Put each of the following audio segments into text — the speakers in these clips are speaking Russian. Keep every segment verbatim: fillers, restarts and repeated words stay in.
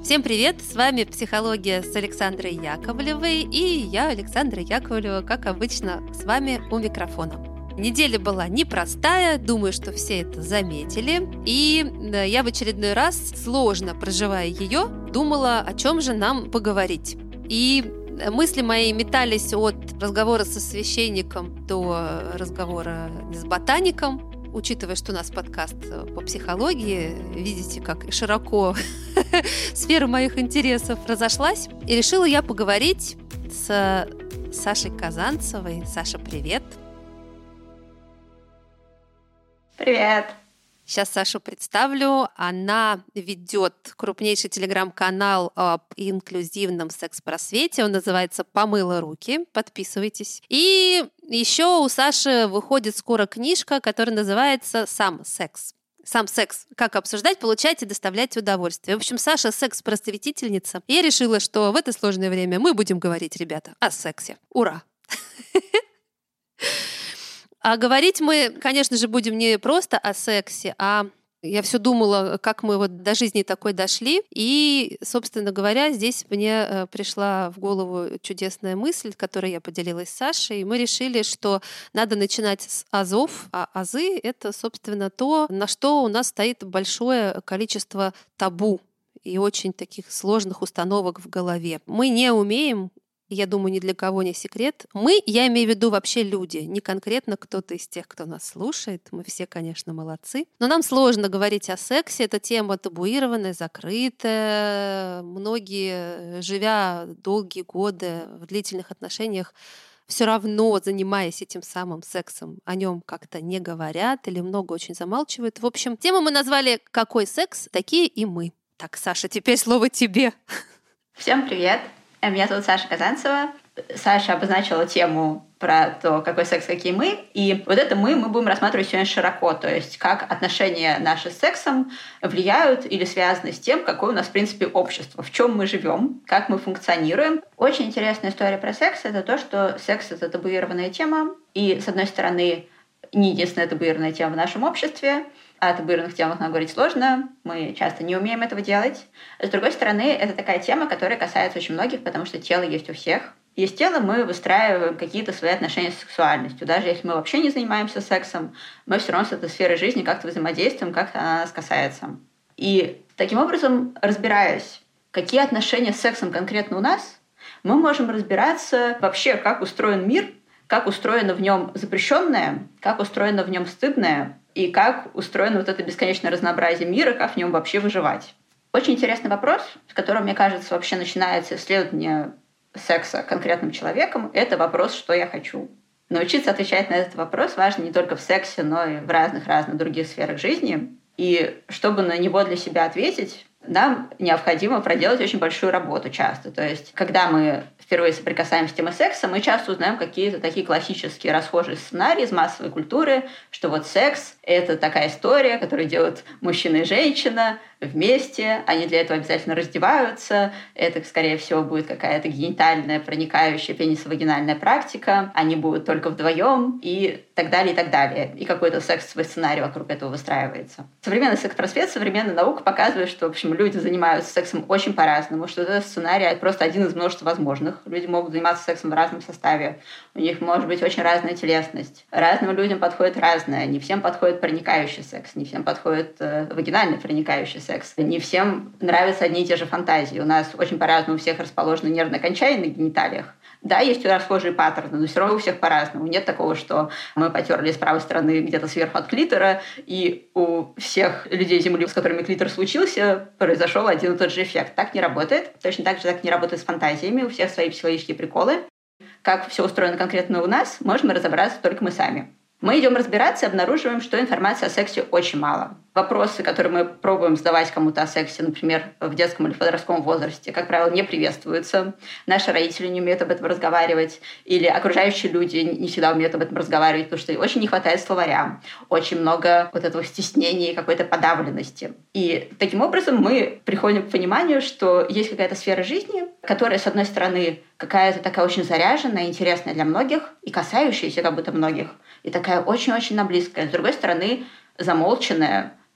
Всем привет! С вами «Психология» с Александрой Яковлевой, и я, Александра Яковлева, как обычно, с вами у микрофона. Неделя была непростая, думаю, что все это заметили, и я в очередной раз, сложно проживая ее, думала, о чем же нам поговорить. И мысли мои метались от разговора со священником до разговора с ботаником. Учитывая, что у нас подкаст по психологии, видите, как широко сфера моих интересов разошлась. И решила я поговорить с Сашей Казанцевой. Саша, привет! Привет! Сейчас Сашу представлю. Она ведет крупнейший телеграм-канал об инклюзивном секс-просвете. Он называется «Помыла руки». Подписывайтесь. И еще у Саши выходит скоро книжка, которая называется «Сам секс». Сам секс. Как обсуждать, получать и доставлять удовольствие. В общем, Саша секс-просветительница. И я решила, что в это сложное время мы будем говорить, ребята, о сексе. Ура! А говорить мы, конечно же, будем не просто о сексе, а я все думала, как мы вот до жизни такой дошли. И, собственно говоря, здесь мне пришла в голову чудесная мысль, которой я поделилась с Сашей. И мы решили, что надо начинать с азов. А азы — это, собственно, то, на что у нас стоит большое количество табу и очень таких сложных установок в голове. Мы не умеем, я думаю, ни для кого не секрет. Мы, я имею в виду вообще люди, не конкретно кто-то из тех, кто нас слушает. Мы все, конечно, молодцы. Но нам сложно говорить о сексе. Эта тема табуированная, закрытая. Многие, живя долгие годы в длительных отношениях, все равно, занимаясь этим самым сексом, о нем как-то не говорят или много очень замалчивают. В общем, тему мы назвали «Какой секс? Такие и мы». Так, Саша, теперь слово тебе. Всем привет! Меня зовут Саша Казанцева. Саша обозначила тему про то, какой секс, какие мы. И вот это мы мы будем рассматривать сегодня широко. То есть как отношения наши с сексом влияют или связаны с тем, какое у нас, в принципе, общество, в чем мы живем, как мы функционируем. Очень интересная история про секс — это то, что секс — это табуированная тема. И, с одной стороны, не единственная табуированная тема в нашем обществе. О табуированных темах нам говорить сложно, мы часто не умеем этого делать. С другой стороны, это такая тема, которая касается очень многих, потому что тело есть у всех. И с телом мы выстраиваем какие-то свои отношения с сексуальностью. Даже если мы вообще не занимаемся сексом, мы все равно с этой сферой жизни как-то взаимодействуем, как-то она нас касается. И таким образом, разбираясь, какие отношения с сексом конкретно у нас, мы можем разбираться вообще, как устроен мир, как устроено в нем запрещенное, как устроено в нем стыдное, и как устроено вот это бесконечное разнообразие мира, как в нем вообще выживать. Очень интересный вопрос, с которого, мне кажется, вообще начинается исследование секса конкретным человеком, это вопрос «что я хочу?». Научиться отвечать на этот вопрос важно не только в сексе, но и в разных-разных других сферах жизни. И чтобы на него для себя ответить, нам необходимо проделать очень большую работу часто. То есть, когда мы впервые соприкасаемся с темой секса, мы часто узнаем какие-то такие классические расхожие сценарии из массовой культуры, что вот секс — это такая история, которую делают мужчина и женщина вместе, они для этого обязательно раздеваются, это, скорее всего, будет какая-то генитальная, проникающая пенисовагинальная практика, они будут только вдвоем и так далее, и так далее. И какой-то сексовый сценарий вокруг этого выстраивается. Современный секс-просвет, современная наука показывает, что, в общем, люди занимаются сексом очень по-разному, что этот сценарий просто один из множества возможных. Люди могут заниматься сексом в разном составе, у них может быть очень разная телесность. Разным людям подходит разное, не всем подходит проникающий секс, не всем подходит э, вагинальный проникающий секс, не всем нравятся одни и те же фантазии. У нас очень по-разному у всех расположены нервные окончания на гениталиях. Да, есть у нас схожие паттерны, но все равно у всех по-разному. Нет такого, что мы потерли с правой стороны где-то сверху от клитора, и у всех людей Земли, с которыми клитор случился, произошел один и тот же эффект. Так не работает. Точно так же так не работает с фантазиями. У всех свои психологические приколы. Как все устроено конкретно у нас, можем разобраться только мы сами. Мы идем разбираться и обнаруживаем, что информации о сексе очень мало. Вопросы, которые мы пробуем задавать кому-то о сексе, например, в детском или подростковом возрасте, как правило, не приветствуются. Наши родители не умеют об этом разговаривать, или окружающие люди не всегда умеют об этом разговаривать, потому что очень не хватает словаря, очень много вот этого стеснения и какой-то подавленности. И таким образом мы приходим к пониманию, что есть какая-то сфера жизни, которая, с одной стороны, какая-то такая очень заряженная, интересная для многих и касающаяся как будто многих, и такая очень-очень близкая. С другой стороны, замолченная,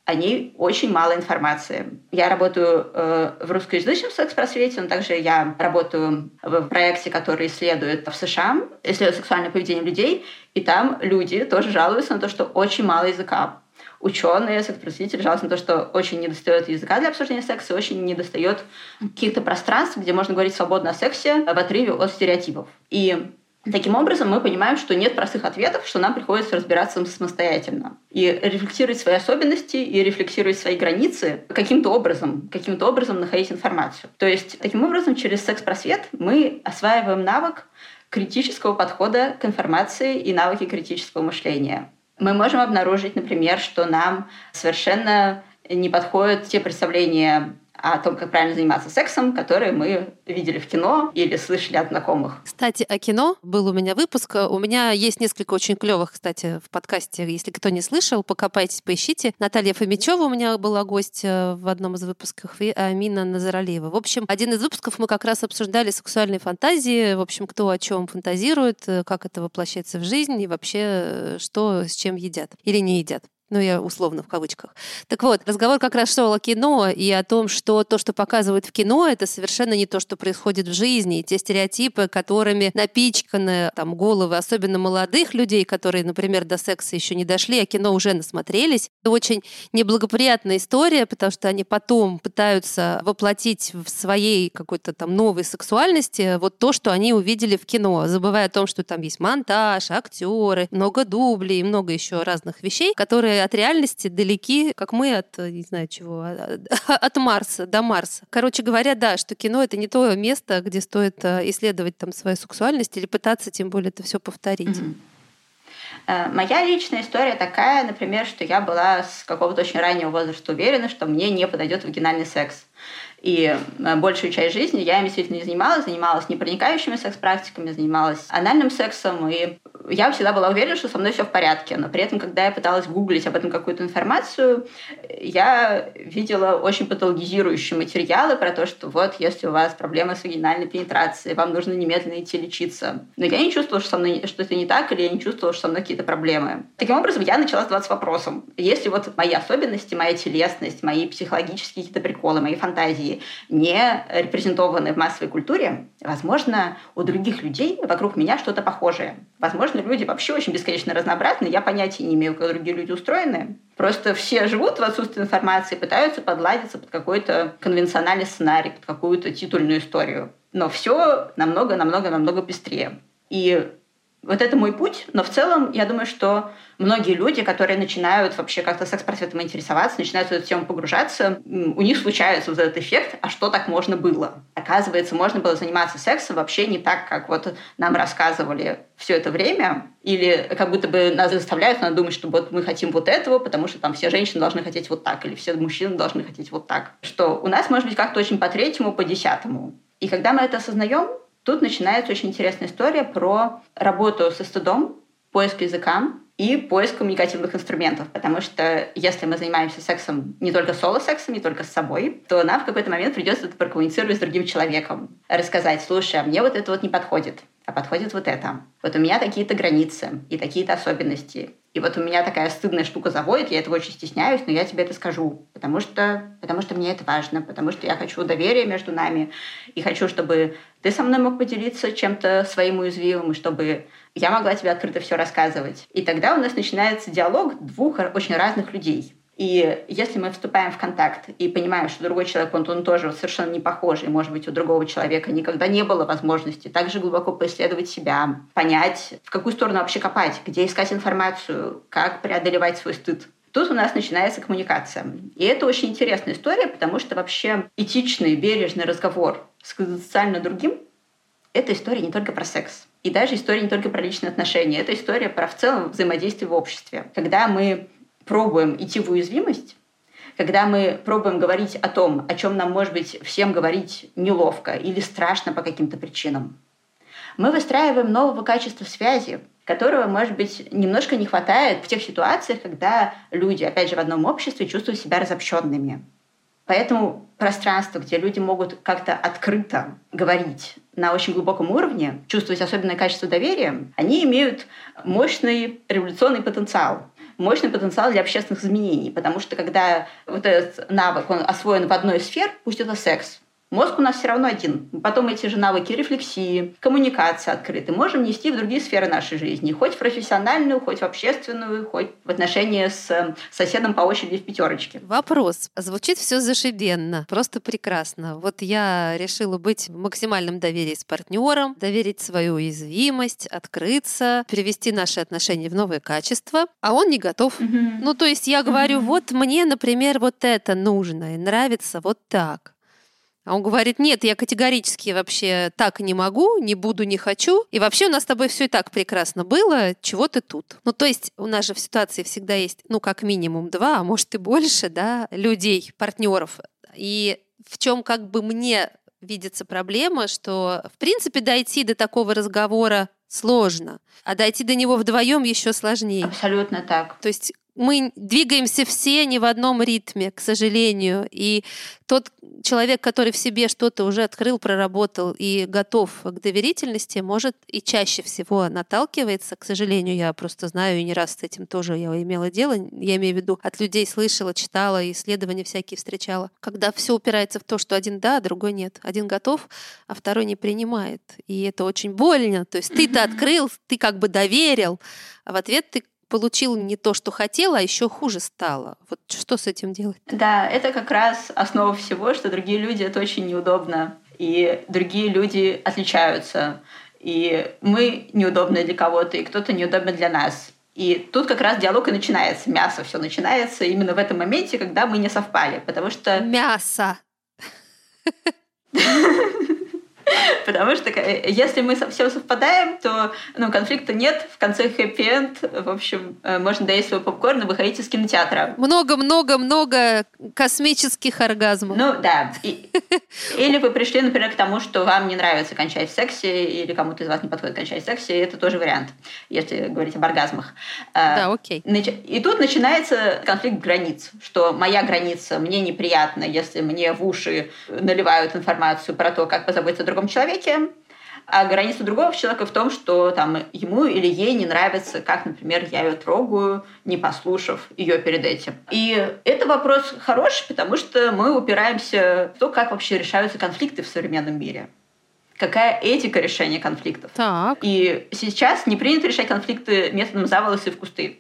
о ней очень мало информации. Я работаю э, в русскоязычном секс-просвете, но также я работаю в проекте, который исследует в США, исследует сексуальное поведение людей, и там люди тоже жалуются на то, что очень мало языка. Ученые, секс-просветители жалуются на то, что очень недостает языка для обсуждения секса, очень недостает каких-то пространств, где можно говорить свободно о сексе в отрыве от стереотипов. И таким образом мы понимаем, что нет простых ответов, что нам приходится разбираться самостоятельно. И рефлексировать свои особенности, и рефлексировать свои границы каким-то образом, каким-то образом находить информацию. То есть таким образом через секс-просвет мы осваиваем навык критического подхода к информации и навыки критического мышления. Мы можем обнаружить, например, что нам совершенно не подходят те представления о том, как правильно заниматься сексом, которые мы видели в кино или слышали от знакомых. Кстати, о кино. Был у меня выпуск. У меня есть несколько очень клевых, кстати, в подкасте. Если кто не слышал, покопайтесь, поищите. Наталья Фомичева у меня была гость в одном из выпусков, и Амина Назаралиева. В общем, один из выпусков мы как раз обсуждали сексуальные фантазии, в общем, кто о чем фантазирует, как это воплощается в жизнь и вообще, что с чем едят или не едят. Ну, я условно в кавычках. Так вот, разговор как раз шел о кино и о том, что то, что показывают в кино, это совершенно не то, что происходит в жизни. И те стереотипы, которыми напичканы там, головы, особенно молодых людей, которые, например, до секса еще не дошли, а кино уже насмотрелись. Это очень неблагоприятная история, потому что они потом пытаются воплотить в своей какой-то там новой сексуальности вот то, что они увидели в кино, забывая о том, что там есть монтаж, актеры, много дублей и много еще разных вещей, которые от реальности далеки, как мы от, не знаю чего, от Марса до Марса. Короче говоря, да, что кино — это не то место, где стоит исследовать там свою сексуальность или пытаться, тем более, это все повторить. Mm-hmm. Моя личная история такая, например, что я была с какого-то очень раннего возраста уверена, что мне не подойдет вагинальный секс. И большую часть жизни я им действительно не занималась, занималась непроникающими секс-практиками, занималась анальным сексом, и я всегда была уверена, что со мной все в порядке. Но при этом, когда я пыталась гуглить об этом какую-то информацию, я видела очень патологизирующие материалы про то, что вот, если у вас проблемы с вагинальной пенетрацией, вам нужно немедленно идти лечиться. Но я не чувствовала, что, со мной, что это не так, или я не чувствовала, что со мной какие-то проблемы. Таким образом, я начала задаваться вопросом. Если вот мои особенности, моя телесность, мои психологические какие-то приколы, мои фантазии не репрезентованы в массовой культуре, возможно, у других людей вокруг меня что-то похожее. Возможно, люди вообще очень бесконечно разнообразны, я понятия не имею, как другие люди устроены. Просто все живут в отсутствии информации, пытаются подладиться под какой-то конвенциональный сценарий, под какую-то титульную историю. Но все намного-намного-намного пестрее. И вот это мой путь, но в целом я думаю, что многие люди, которые начинают вообще как-то секс-просветом интересоваться, начинают в эту тему погружаться, у них случается вот этот эффект, а что так можно было? Оказывается, можно было заниматься сексом вообще не так, как вот нам рассказывали все это время, или как будто бы нас заставляют, надо думать, что вот мы хотим вот этого, потому что там все женщины должны хотеть вот так, или все мужчины должны хотеть вот так. Что у нас может быть как-то очень по третьему, по десятому. И когда мы это осознаем, тут начинается очень интересная история про работу со стыдом, поиск языка и поиск коммуникативных инструментов. Потому что если мы занимаемся сексом не только соло-сексом, не только с собой, то нам в какой-то момент придется это прокоммуницировать с другим человеком. Рассказать: слушай, а мне вот это вот не подходит, а подходит вот это. Вот у меня такие-то границы и такие-то особенности. И вот у меня такая стыдная штука заводит, я этого очень стесняюсь, но я тебе это скажу, потому что, потому что мне это важно, потому что я хочу доверия между нами, и хочу, чтобы ты со мной мог поделиться чем-то своим уязвимым, и чтобы я могла тебе открыто все рассказывать. И тогда у нас начинается диалог двух очень разных людей. И если мы вступаем в контакт и понимаем, что другой человек, он, он тоже совершенно не похожий, может быть, у другого человека никогда не было возможности так же глубоко поисследовать себя, понять, в какую сторону вообще копать, где искать информацию, как преодолевать свой стыд. Тут у нас начинается коммуникация. И это очень интересная история, потому что вообще этичный, бережный разговор с социально другим — это история не только про секс. И даже история не только про личные отношения. Это история про в целом взаимодействие в обществе. Когда мы пробуем идти в уязвимость, когда мы пробуем говорить о том, о чем нам, может быть, всем говорить неловко или страшно по каким-то причинам, мы выстраиваем нового качества связи, которого, может быть, немножко не хватает в тех ситуациях, когда люди, опять же, в одном обществе чувствуют себя разобщенными. Поэтому пространство, где люди могут как-то открыто говорить на очень глубоком уровне, чувствовать особенное качество доверия, они имеют мощный революционный потенциал. мощный потенциал для общественных изменений, потому что когда вот этот навык, он освоен в одной из сфер, пусть это секс, мозг у нас все равно один. Потом эти же навыки рефлексии, коммуникации открыты можем нести в другие сферы нашей жизни. Хоть в профессиональную, хоть в общественную, хоть в отношении с соседом по очереди в пятерочке. Вопрос. Звучит все зашибенно, просто прекрасно. Вот я решила быть в максимальном доверии с партнером, доверить свою уязвимость, открыться, перевести наши отношения в новое качество, а он не готов. Угу. Ну, то есть я говорю, Угу. вот мне, например, вот это нужно и нравится вот так. А он говорит, нет, я категорически вообще так не могу, не буду, не хочу. И вообще у нас с тобой все и так прекрасно было, чего ты тут? Ну, то есть у нас же в ситуации всегда есть, ну, как минимум два, а может и больше, да, людей, партнеров. И в чем как бы мне видится проблема, что, в принципе, дойти до такого разговора сложно, а дойти до него вдвоем еще сложнее. Абсолютно так. То есть мы двигаемся все не в одном ритме, к сожалению. И тот человек, который в себе что-то уже открыл, проработал и готов к доверительности, может и чаще всего наталкивается. К сожалению, я просто знаю, и не раз с этим тоже я имела дело. Я имею в виду, от людей слышала, читала, исследования всякие встречала. Когда все упирается в то, что один да, а другой нет. Один готов, а второй не принимает. И это очень больно. То есть ты-то открыл, ты как бы доверил, а в ответ ты получил не то, что хотел, а еще хуже стало. Вот что с этим делать? Да, это как раз основа всего, что другие люди — это очень неудобно. И другие люди отличаются. И мы неудобны для кого-то, и кто-то неудобен для нас. И тут как раз диалог и начинается. Мясо все начинается именно в этом моменте, когда мы не совпали. Потому что... Мясо! Потому что если мы совсем совпадаем, то ну, конфликта нет, в конце хэппи-энд, в общем, можно доесть свой попкорн и выходить из кинотеатра. Много-много-много космических оргазмов. Ну да. И, или вы пришли, например, к тому, что вам не нравится кончать в сексе, или кому-то из вас не подходит кончать в сексе, это тоже вариант, если говорить об оргазмах. Да, окей. И тут начинается конфликт границ, что моя граница мне неприятна, если мне в уши наливают информацию про то, как позаботиться о другом человеке, а граница другого человека в том, что там, ему или ей не нравится, как, например, я ее трогаю, не послушав ее перед этим. И это вопрос хороший, потому что мы упираемся в то, как вообще решаются конфликты в современном мире. Какая этика решения конфликтов. Так. И сейчас не принято решать конфликты методом за волосы в кусты.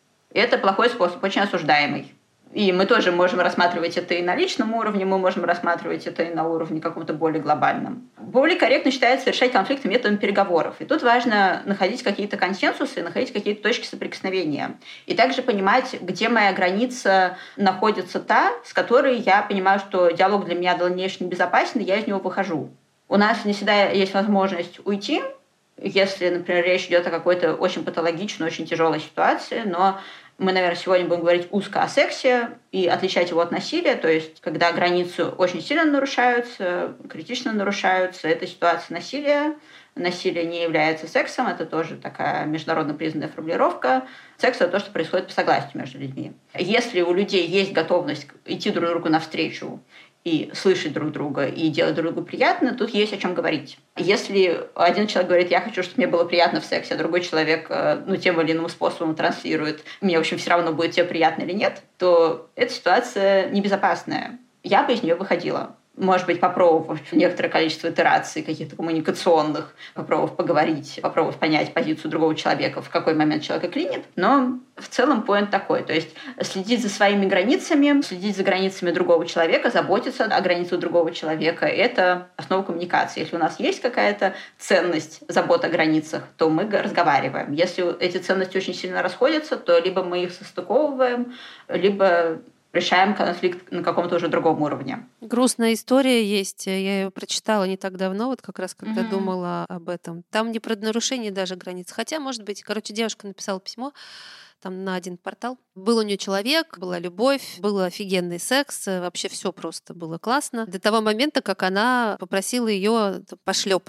Это плохой способ, очень осуждаемый. И мы тоже можем рассматривать это и на личном уровне, мы можем рассматривать это и на уровне каком-то более глобальном. Более корректно считается решать конфликты методом переговоров. И тут важно находить какие-то консенсусы, находить какие-то точки соприкосновения. И также понимать, где моя граница находится та, с которой я понимаю, что диалог для меня дальнейший небезопасен, и я из него выхожу. У нас не всегда есть возможность уйти, если, например, речь идет о какой-то очень патологичной, очень тяжелой ситуации, но мы, наверное, сегодня будем говорить узко о сексе и отличать его от насилия, то есть когда границы очень сильно нарушаются, критично нарушаются, это ситуация насилия. Насилие не является сексом, это тоже такая международно признанная формулировка. Секс — это то, что происходит по согласию между людьми. Если у людей есть готовность идти друг другу навстречу, и слышать друг друга, и делать друг другу приятно, тут есть о чем говорить. Если один человек говорит, я хочу, чтобы мне было приятно в сексе, а другой человек ну, тем или иным способом транслирует, мне, в общем, все равно будет тебе приятно или нет, то эта ситуация небезопасная. Я бы из нее выходила. Может быть, попробовав некоторое количество итераций каких-то коммуникационных, попробовав поговорить, попробовав понять позицию другого человека, в какой момент человека клинит. Но в целом поинт такой. То есть следить за своими границами, следить за границами другого человека, заботиться о границах другого человека — это основа коммуникации. Если у нас есть какая-то ценность заботы о границах, то мы разговариваем. Если эти ценности очень сильно расходятся, то либо мы их состыковываем, либо решаем конфликт на каком-то уже другом уровне. Грустная история есть. Я ее прочитала не так давно, вот как раз когда mm-hmm. думала об этом. Там не про нарушение даже границ. Хотя, может быть, короче, девушка написала письмо там на один портал. Был у нее человек, была любовь, был офигенный секс, вообще все просто было классно. До того момента, как она попросила ее пошлепать.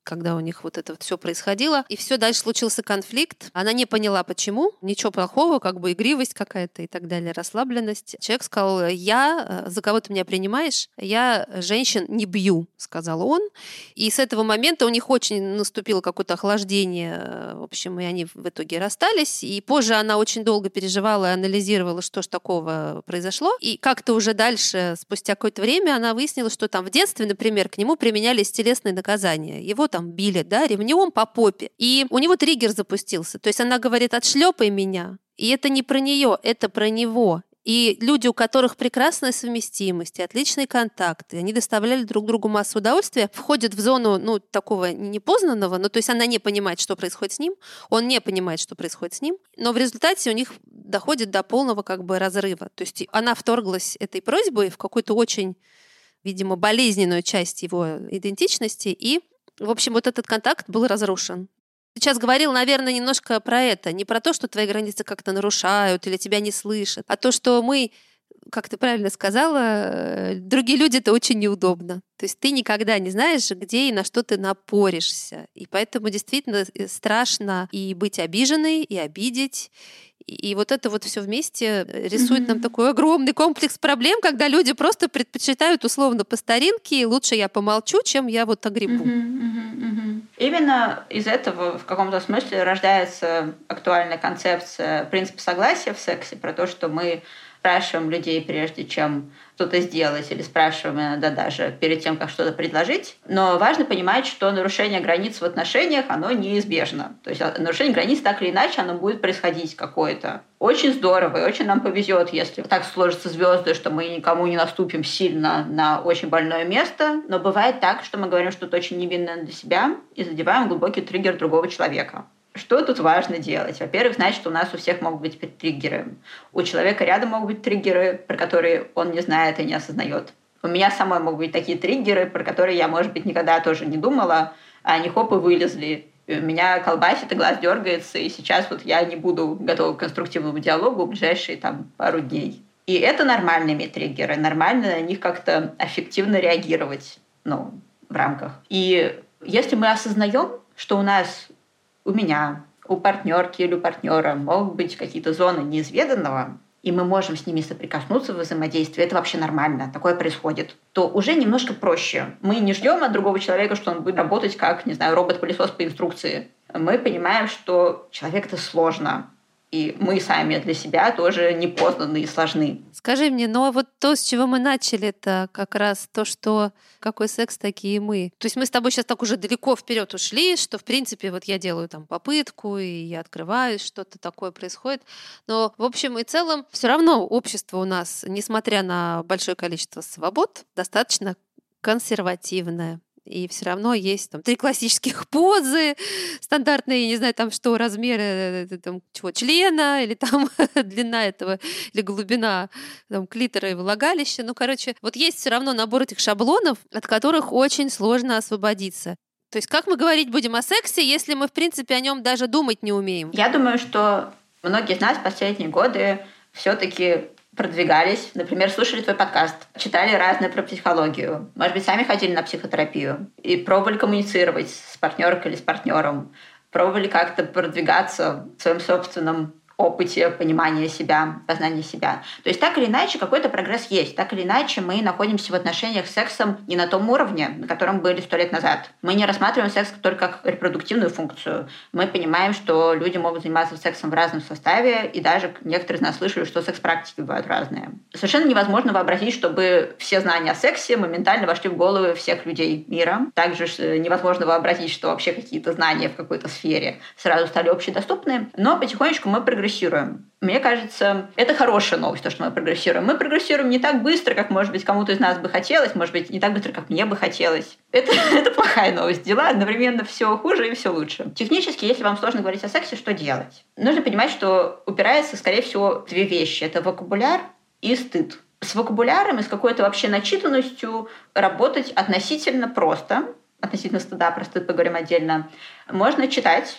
когда у них вот это вот все происходило. И все дальше случился конфликт. Она не поняла, почему. Ничего плохого, как бы игривость какая-то и так далее, расслабленность. Человек сказал: я, за кого ты меня принимаешь, я женщин не бью, сказал он. И с этого момента у них очень наступило какое-то охлаждение. В общем, и они в итоге расстались. И позже она очень долго переживала и анализировала, что ж такого произошло. И как-то уже дальше, спустя какое-то время, она выяснила, что там в детстве, например, к нему применялись телесные наказания. Его там били, да, ремнем по попе. И у него триггер запустился. То есть она говорит: отшлепай меня. И это не про нее, это про него. И люди, у которых прекрасная совместимость и отличные контакты, они доставляли друг другу массу удовольствия, входят в зону, ну, такого непознанного, ну, то есть она не понимает, что происходит с ним, он не понимает, что происходит с ним, но в результате у них доходит до полного как бы разрыва. То есть она вторглась этой просьбой в какую-то очень, видимо, болезненную часть его идентичности, и, в общем, вот этот контакт был разрушен. Сейчас говорил, наверное, немножко про это. Не про то, что твои границы как-то нарушают или тебя не слышат, а то, что мы, как ты правильно сказала, другие люди — это очень неудобно. То есть ты никогда не знаешь, где и на что ты напоришься. И поэтому действительно страшно и быть обиженной, и обидеть. И вот это вот все вместе рисует mm-hmm. нам такой огромный комплекс проблем, когда люди просто предпочитают условно по старинке: лучше я помолчу, чем я вот огребу. Mm-hmm, mm-hmm, mm-hmm. Именно из этого в каком-то смысле рождается актуальная концепция принципа согласия в сексе, про то, что мы спрашиваем людей, прежде чем что-то сделать, или спрашиваем иногда даже перед тем, как что-то предложить. Но важно понимать, что нарушение границ в отношениях, оно неизбежно. То есть нарушение границ так или иначе, оно будет происходить какое-то. Очень здорово, и очень нам повезет, если так сложатся звезды, что мы никому не наступим сильно на очень больное место. Но бывает так, что мы говорим что-то очень невинное для себя и задеваем глубокий триггер другого человека. Что тут важно делать? Во-первых, знать, что у нас у всех могут быть триггеры. У человека рядом могут быть триггеры, про которые он не знает и не осознает. У меня самой могут быть такие триггеры, про которые я, может быть, никогда тоже не думала, а они хоп и вылезли. И у меня колбасит, и глаз дергается, и сейчас вот я не буду готова к конструктивному диалогу в ближайшие там, пару дней. И это нормальные триггеры. Нормально на них как-то аффективно реагировать, ну, в рамках. И если мы осознаем, что у нас у меня, у партнерки или у партнера могут быть какие-то зоны неизведанного, и мы можем с ними соприкоснуться в взаимодействии, это вообще нормально, такое происходит, то уже немножко проще. Мы не ждем от другого человека, что он будет работать как, не знаю, робот-пылесос по инструкции. Мы понимаем, что человек — это сложно. И мы сами для себя тоже непознанные и сложны. Скажи мне, ну а вот то, с чего мы начали, это как раз то, что какой секс, такие мы. То есть мы с тобой сейчас так уже далеко вперед ушли, что в принципе вот я делаю там попытку, и я открываюсь, что-то такое происходит. Но в общем и целом все равно общество у нас, несмотря на большое количество свобод, достаточно консервативное. И все равно есть там три классических позы, стандартные, не знаю, там что, размеры там, чего, члена, или там длина этого, или глубина там, клитора и влагалища. Ну, короче, вот есть все равно набор этих шаблонов, от которых очень сложно освободиться. То есть как мы говорить будем о сексе, если мы, в принципе, о нем даже думать не умеем? Я думаю, что многие из нас в последние годы все-таки продвигались, например, слушали твой подкаст, читали разное про психологию, может быть, сами ходили на психотерапию и пробовали коммуницировать с партнеркой или с партнером, пробовали как-то продвигаться в своем собственном опыте понимания себя, познания себя. То есть так или иначе какой-то прогресс есть. Так или иначе мы находимся в отношениях с сексом не на том уровне, на котором были сто лет назад. Мы не рассматриваем секс только как репродуктивную функцию. Мы понимаем, что люди могут заниматься сексом в разном составе, и даже некоторые из нас слышали, что секс-практики бывают разные. Совершенно невозможно вообразить, чтобы все знания о сексе моментально вошли в головы всех людей мира. Также невозможно вообразить, что вообще какие-то знания в какой-то сфере сразу стали общедоступны. Но потихонечку мы прогрессируем. Мне кажется, это хорошая новость, то, что мы прогрессируем. Мы прогрессируем не так быстро, как, может быть, кому-то из нас бы хотелось, может быть, не так быстро, как мне бы хотелось. Это, это плохая новость. Дела одновременно все хуже и все лучше. Технически, если вам сложно говорить о сексе, что делать? Нужно понимать, что упирается, скорее всего, в две вещи. Это вокабуляр и стыд. С вокабуляром и с какой-то вообще начитанностью работать относительно просто. Относительно стыда, про стыд поговорим отдельно. Можно читать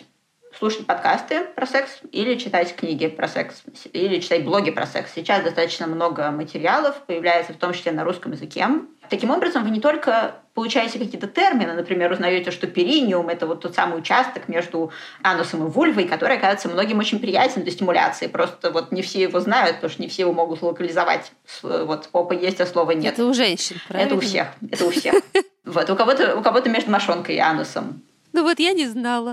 слушать подкасты про секс или читать книги про секс, или читать блоги про секс. Сейчас достаточно много материалов появляется, в том числе на русском языке. Таким образом, вы не только получаете какие-то термины, например, узнаете, что периниум — это вот тот самый участок между анусом и вульвой, который, оказывается, многим очень приятен для стимуляции. Просто вот не все его знают, потому что не все его могут локализовать. Вот попа есть, а слова нет. Это у женщин, правильно? Это у всех. Это у всех. Вот. У кого-то, у кого-то между мошонкой и анусом. Ну вот я не знала.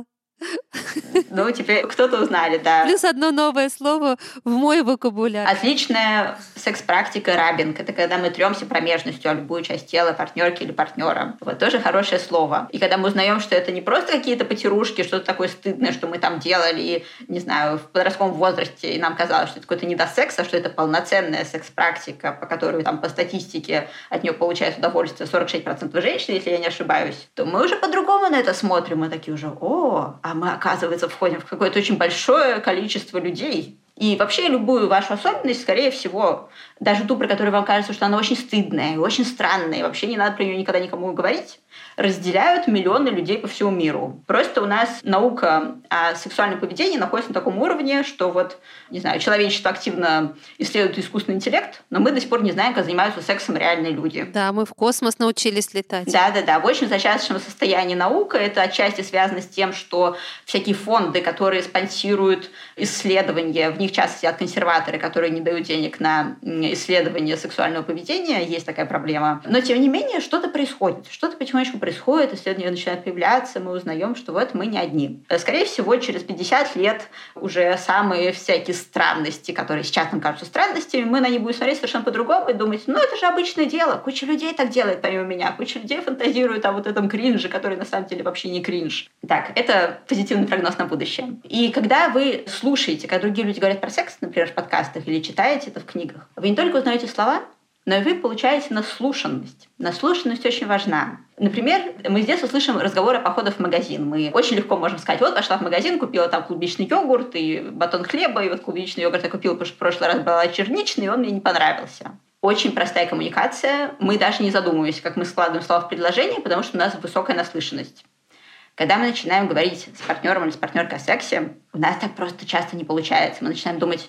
Ну, теперь кто-то узнали, да. Плюс одно новое слово в мой вокабуляр. Отличная секс-практика раббинг. Это когда мы трёмся промежностью о любую часть тела партнерки или партнера. Вот тоже хорошее слово. И когда мы узнаем, что это не просто какие-то потирушки, что-то такое стыдное, что мы там делали, и, не знаю, в подростковом возрасте, и нам казалось, что это какой-то недосекс, а что это полноценная секс-практика, по которой там по статистике от нее получает удовольствие сорок шесть процентов женщин, если я не ошибаюсь, то мы уже по-другому на это смотрим. Мы такие уже: о, а мы, оказывается, входим в какое-то очень большое количество людей. И вообще любую вашу особенность, скорее всего, даже ту, про которую вам кажется, что она очень стыдная и очень странная, и вообще не надо про нее никогда никому говорить, разделяют миллионы людей по всему миру. Просто у нас наука о сексуальном поведении находится на таком уровне, что вот, не знаю, человечество активно исследует искусственный интеллект, но мы до сих пор не знаем, как занимаются сексом реальные люди. Да, мы в космос научились летать. Да-да-да, в очень зачаточном состоянии наука. Это отчасти связано с тем, что всякие фонды, которые спонсируют исследования, в них часто сидят консерваторы, которые не дают денег на исследование сексуального поведения, есть такая проблема. Но, тем не менее, что-то происходит. Что-то потихонечку происходит, исследования начинают появляться, мы узнаем, что вот мы не одни. Скорее всего, через пятьдесят лет уже самые всякие странности, которые сейчас нам кажутся странностями, мы на них будем смотреть совершенно по-другому и думать: ну, это же обычное дело, куча людей так делает помимо меня, куча людей фантазирует о вот этом кринже, который на самом деле вообще не кринж. Так, это позитивный прогноз на будущее. И когда вы слушаете, когда другие люди говорят про секс, например, в подкастах, или читаете это в книгах, вы не только узнаете слова, но и вы получаете наслушанность. Наслушанность очень важна. Например, мы с детства слышим разговоры о походах в магазин. Мы очень легко можем сказать: вот, пошла в магазин, купила там клубничный йогурт и батон хлеба, и вот клубничный йогурт я купила, потому что в прошлый раз была черничный, и он мне не понравился. Очень простая коммуникация. Мы даже не задумываемся, как мы складываем слова в предложение, потому что у нас высокая наслышанность. Когда мы начинаем говорить с партнером или с партнеркой о сексе, у нас так просто часто не получается. Мы начинаем думать: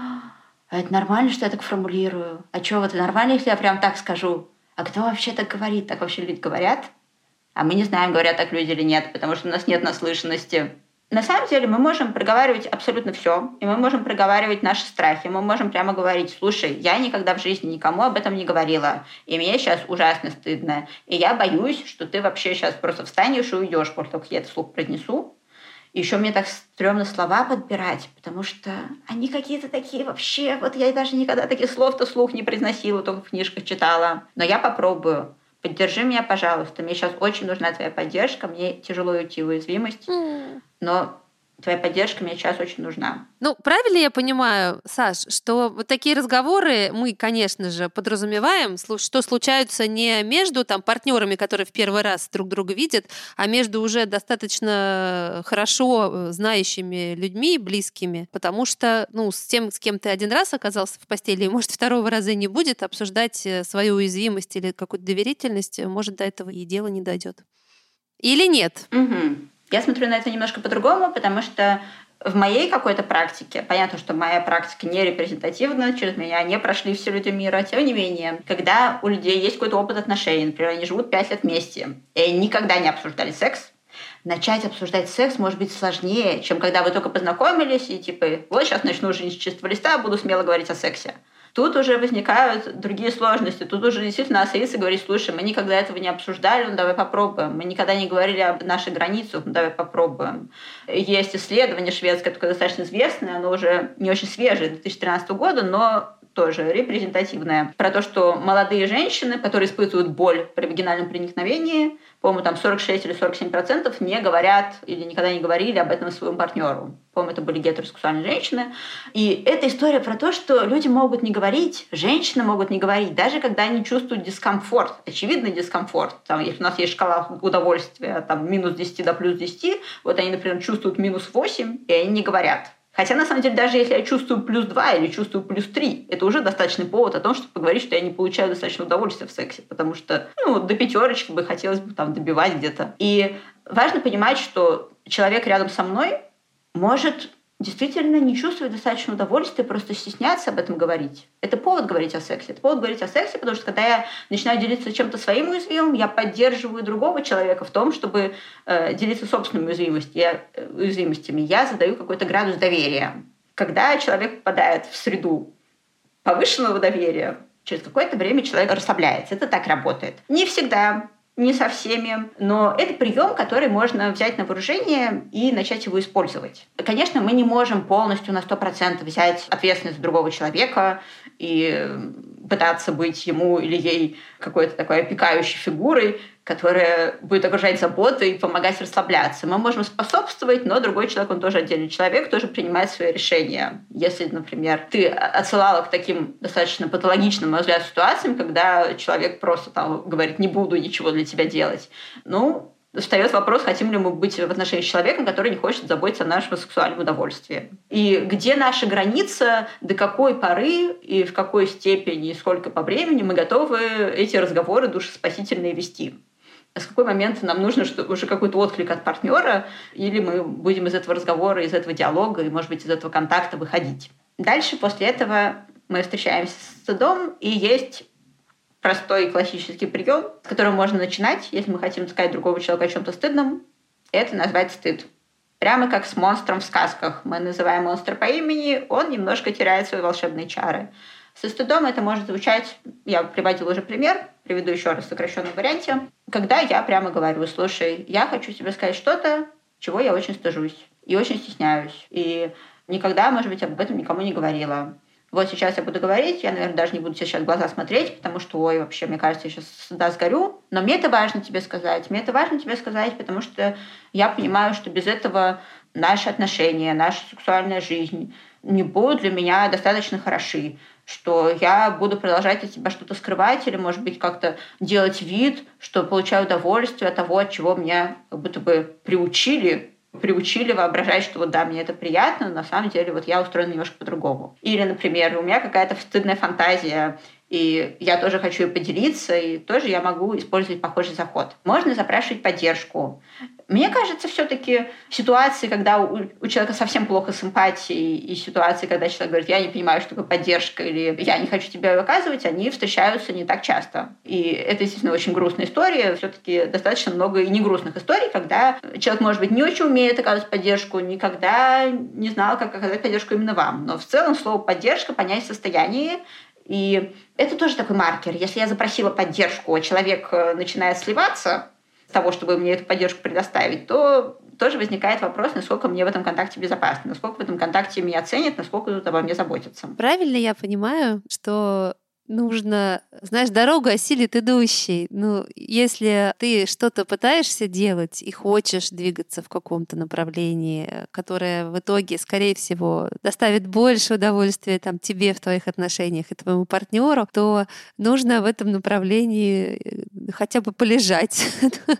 а это нормально, что я так формулирую? А что, вот нормально, если я прям так скажу? А кто вообще так говорит? Так вообще люди говорят? А мы не знаем, говорят так люди или нет, потому что у нас нет наслышанности. На самом деле мы можем проговаривать абсолютно все, и мы можем проговаривать наши страхи. Мы можем прямо говорить: слушай, я никогда в жизни никому об этом не говорила, и мне сейчас ужасно стыдно, и я боюсь, что ты вообще сейчас просто встанешь и уйдешь после того, как я это вслух произнесу. И еще мне так стрёмно слова подбирать, потому что они какие-то такие вообще... Вот я даже никогда таких слов-то вслух не произносила, только в книжках читала. Но я попробую. Поддержи меня, пожалуйста. Мне сейчас очень нужна твоя поддержка. Мне тяжело уйти в уязвимость. Но твоя поддержка мне сейчас очень нужна. Ну, правильно я понимаю, Саш, что вот такие разговоры мы, конечно же, подразумеваем, что случаются не между там партнерами, которые в первый раз друг друга видят, а между уже достаточно хорошо знающими людьми, близкими, потому что, ну, с тем, с кем ты один раз оказался в постели, и, может, второго раза не будет, обсуждать свою уязвимость или какую-то доверительность, может, до этого и дело не дойдет. Или нет? Угу. Я смотрю на это немножко по-другому, потому что в моей какой-то практике, понятно, что моя практика не репрезентативна, через меня не прошли все люди мира, тем не менее, когда у людей есть какой-то опыт отношений, например, они живут пять лет вместе, и они никогда не обсуждали секс, начать обсуждать секс может быть сложнее, чем когда вы только познакомились, и типа, вот сейчас начну жить с чистого листа, буду смело говорить о сексе. Тут уже возникают другие сложности. Тут уже действительно садиться и говорить: слушай, мы никогда этого не обсуждали, ну давай попробуем. Мы никогда не говорили об наших границах, ну давай попробуем. Есть исследование шведское, такое достаточно известное, оно уже не очень свежее, две тысячи тринадцатого года, но тоже репрезентативное, про то, что молодые женщины, которые испытывают боль при вагинальном проникновении, по-моему, там сорок шесть или сорок семь процентов не говорят или никогда не говорили об этом своему партнеру. По-моему, это были гетеросексуальные женщины. И эта история про то, что люди могут не говорить, женщины могут не говорить, даже когда они чувствуют дискомфорт, очевидный дискомфорт. Там, если у нас есть шкала удовольствия там, минус десять до плюс десять, вот они, например, чувствуют минус восемь, и они не говорят. Хотя, на самом деле, даже если я чувствую плюс два или чувствую плюс три, это уже достаточный повод о том, чтобы поговорить, что я не получаю достаточно удовольствия в сексе, потому что ну, до пятерочки бы хотелось бы там добивать где-то. И важно понимать, что человек рядом со мной может действительно не чувствовать достаточно удовольствия, просто стесняться об этом говорить. Это повод говорить о сексе. Это повод говорить о сексе, потому что когда я начинаю делиться чем-то своим уязвимым, я поддерживаю другого человека в том, чтобы э, делиться собственными уязвимостями. Я, э, уязвимостями. Я задаю какой-то градус доверия. Когда человек попадает в среду повышенного доверия, через какое-то время человек расслабляется. Это так работает. Не всегда, не со всеми, но это прием, который можно взять на вооружение и начать его использовать. Конечно, мы не можем полностью на сто процентов взять ответственность другого человека и пытаться быть ему или ей какой-то такой опекающей фигурой, которая будет окружать заботой и помогать расслабляться. Мы можем способствовать, но другой человек, он тоже отдельный человек, тоже принимает свои решения. Если, например, ты отсылала к таким достаточно патологичным, на мой взгляд, ситуациям, когда человек просто там говорит: «Не буду ничего для тебя делать», ну, встает вопрос, хотим ли мы быть в отношении с человеком, который не хочет заботиться о нашем сексуальном удовольствии. И где наша граница, до какой поры и в какой степени и сколько по времени мы готовы эти разговоры душеспасительные вести. А с какой момент нам нужно что, уже какой-то отклик от партнера, или мы будем из этого разговора, из этого диалога и, может быть, из этого контакта выходить. Дальше, после этого, мы встречаемся с стыдом, и есть простой классический прием, с которого можно начинать, если мы хотим сказать другому человеку о чем-то стыдном, это назвать стыд. Прямо как с монстром в сказках. Мы называем монстра по имени, он немножко теряет свои волшебные чары. Со стыдом это может звучать, я приводила уже пример, приведу еще раз в сокращенном варианте, когда я прямо говорю: слушай, я хочу тебе сказать что-то, чего я очень стыжусь и очень стесняюсь, и никогда, может быть, об этом никому не говорила. Вот сейчас я буду говорить, я, наверное, даже не буду тебе сейчас в глаза смотреть, потому что, ой, вообще, мне кажется, я сейчас да, сгорю. Но мне это важно тебе сказать. Мне это важно тебе сказать, потому что я понимаю, что без этого наши отношения, наша сексуальная жизнь не будут для меня достаточно хороши, что я буду продолжать от тебя что-то скрывать или, может быть, как-то делать вид, что получаю удовольствие от того, от чего меня как будто бы приучили, приучили воображать, что вот да, мне это приятно, но на самом деле вот я устроена немножко по-другому. Или, например, у меня какая-то стыдная фантазия, и я тоже хочу ее поделиться, и тоже я могу использовать похожий заход. Можно запрашивать поддержку. Мне кажется, все-таки ситуации, когда у, у человека совсем плохо с эмпатией, и ситуации, когда человек говорит: я не понимаю, что такое поддержка, или я не хочу тебя оказывать, они встречаются не так часто. И это, естественно, очень грустная история. Все-таки достаточно много и не грустных историй, когда человек, может быть, не очень умеет оказывать поддержку, никогда не знал, как оказать поддержку именно вам. Но в целом слово «поддержка» понять в состоянии. И это тоже такой маркер. Если я запросила поддержку, а человек начинает сливаться с того, чтобы мне эту поддержку предоставить, то тоже возникает вопрос, насколько мне в этом контакте безопасно, насколько в этом контакте меня ценят, насколько тут обо мне заботятся. Правильно я понимаю, что нужно, знаешь, дорогу осилит идущий. Ну, если ты что-то пытаешься делать и хочешь двигаться в каком-то направлении, которое в итоге, скорее всего, доставит больше удовольствия там, тебе в твоих отношениях и твоему партнеру, то нужно в этом направлении хотя бы полежать.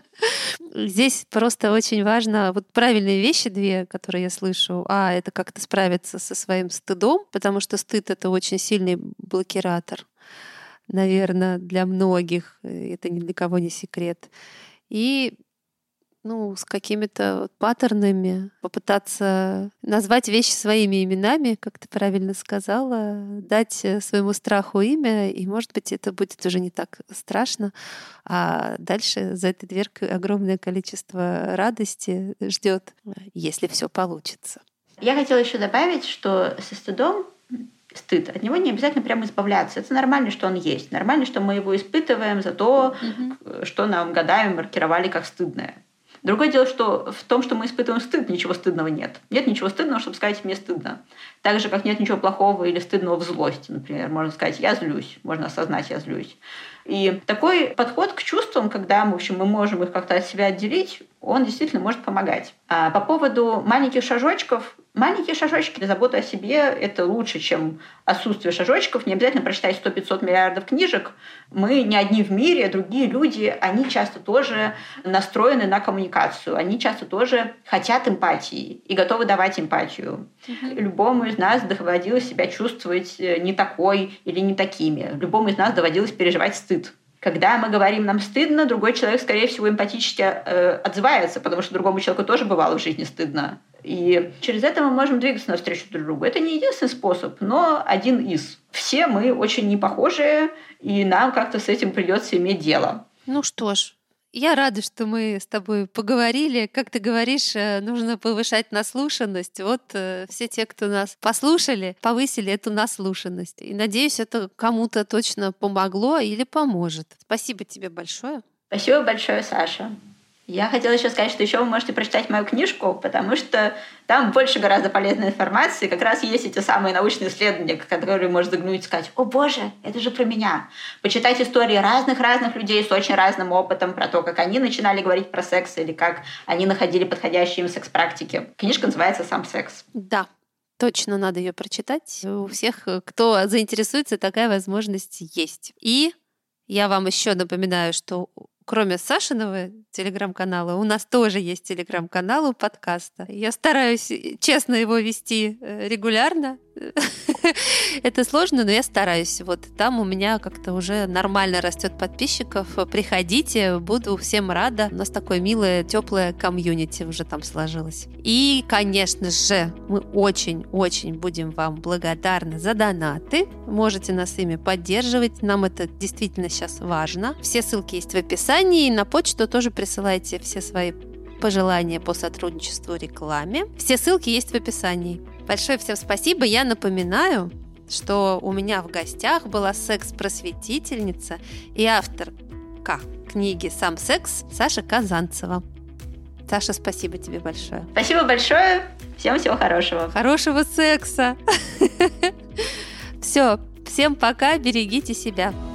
Здесь просто очень важно вот правильные вещи две, которые я слышу. А, это как-то справиться со своим стыдом, потому что стыд — это очень сильный блокиратор, наверное, для многих. Это ни для кого не секрет. И ну, с какими-то вот паттернами попытаться назвать вещи своими именами, как ты правильно сказала, дать своему страху имя, и, может быть, это будет уже не так страшно, а дальше за этой дверкой огромное количество радости ждет, если все получится. Я хотела еще добавить, что со стыдом стыд. От него не обязательно прямо избавляться. Это нормально, что он есть. Нормально, что мы его испытываем за то, mm-hmm. что нам годами маркировали как стыдное. Другое дело, что в том, что мы испытываем стыд, ничего стыдного нет. Нет ничего стыдного, чтобы сказать «мне стыдно». Так же, как нет ничего плохого или стыдного в злости. Например, можно сказать «я злюсь», можно осознать «я злюсь». И такой подход к чувствам, когда в общем, мы можем их как-то от себя отделить, он действительно может помогать. А по поводу маленьких шажочков, маленькие шажочки для заботы о себе – это лучше, чем отсутствие шажочков. Не обязательно прочитать сто-пятьсот миллиардов книжек. Мы не одни в мире, другие люди, они часто тоже настроены на коммуникацию. Они часто тоже хотят эмпатии и готовы давать эмпатию. Mm-hmm. Любому из нас доводилось себя чувствовать не такой или не такими. Любому из нас доводилось переживать стыд. Когда мы говорим «нам стыдно», другой человек, скорее всего, эмпатически э, отзывается, потому что другому человеку тоже бывало в жизни стыдно. И через это мы можем двигаться навстречу друг другу. Это не единственный способ, но один из. Все мы очень непохожие, и нам как-то с этим придется иметь дело. Ну что ж, я рада, что мы с тобой поговорили. Как ты говоришь, нужно повышать наслушанность. Вот все те, кто нас послушали, повысили эту наслушанность. И надеюсь, это кому-то точно помогло или поможет. Спасибо тебе большое. Спасибо большое, Саша. Я хотела еще сказать, что еще вы можете прочитать мою книжку, потому что там больше гораздо полезной информации. Как раз есть эти самые научные исследования, которые можно заглянуть и сказать: «О боже, это же про меня». Почитать истории разных-разных людей с очень разным опытом про то, как они начинали говорить про секс или как они находили подходящие им секс-практики. Книжка называется «Сам секс». Да. Точно надо ее прочитать. У всех, кто заинтересуется, такая возможность есть. И я вам еще напоминаю, что кроме Сашиного телеграм-канала, у нас тоже есть телеграм-канал у подкаста. Я стараюсь честно его вести регулярно. Это сложно, но я стараюсь. Вот там у меня как-то уже нормально растет подписчиков. Приходите, буду всем рада. У нас такое милое, теплое комьюнити уже там сложилось. И, конечно же, мы очень-очень будем вам благодарны за донаты. Можете нас ими поддерживать. Нам это действительно сейчас важно. Все ссылки есть в описании. И на почту тоже присылайте все свои пожелания по сотрудничеству, рекламе. Все ссылки есть в описании. Большое всем спасибо. Я напоминаю, что у меня в гостях была секс-просветительница и авторка книги «Сам секс» Саша Казанцева. Саша, спасибо тебе большое. Спасибо большое. Всем всего хорошего. Хорошего секса. Все, всем пока, берегите себя.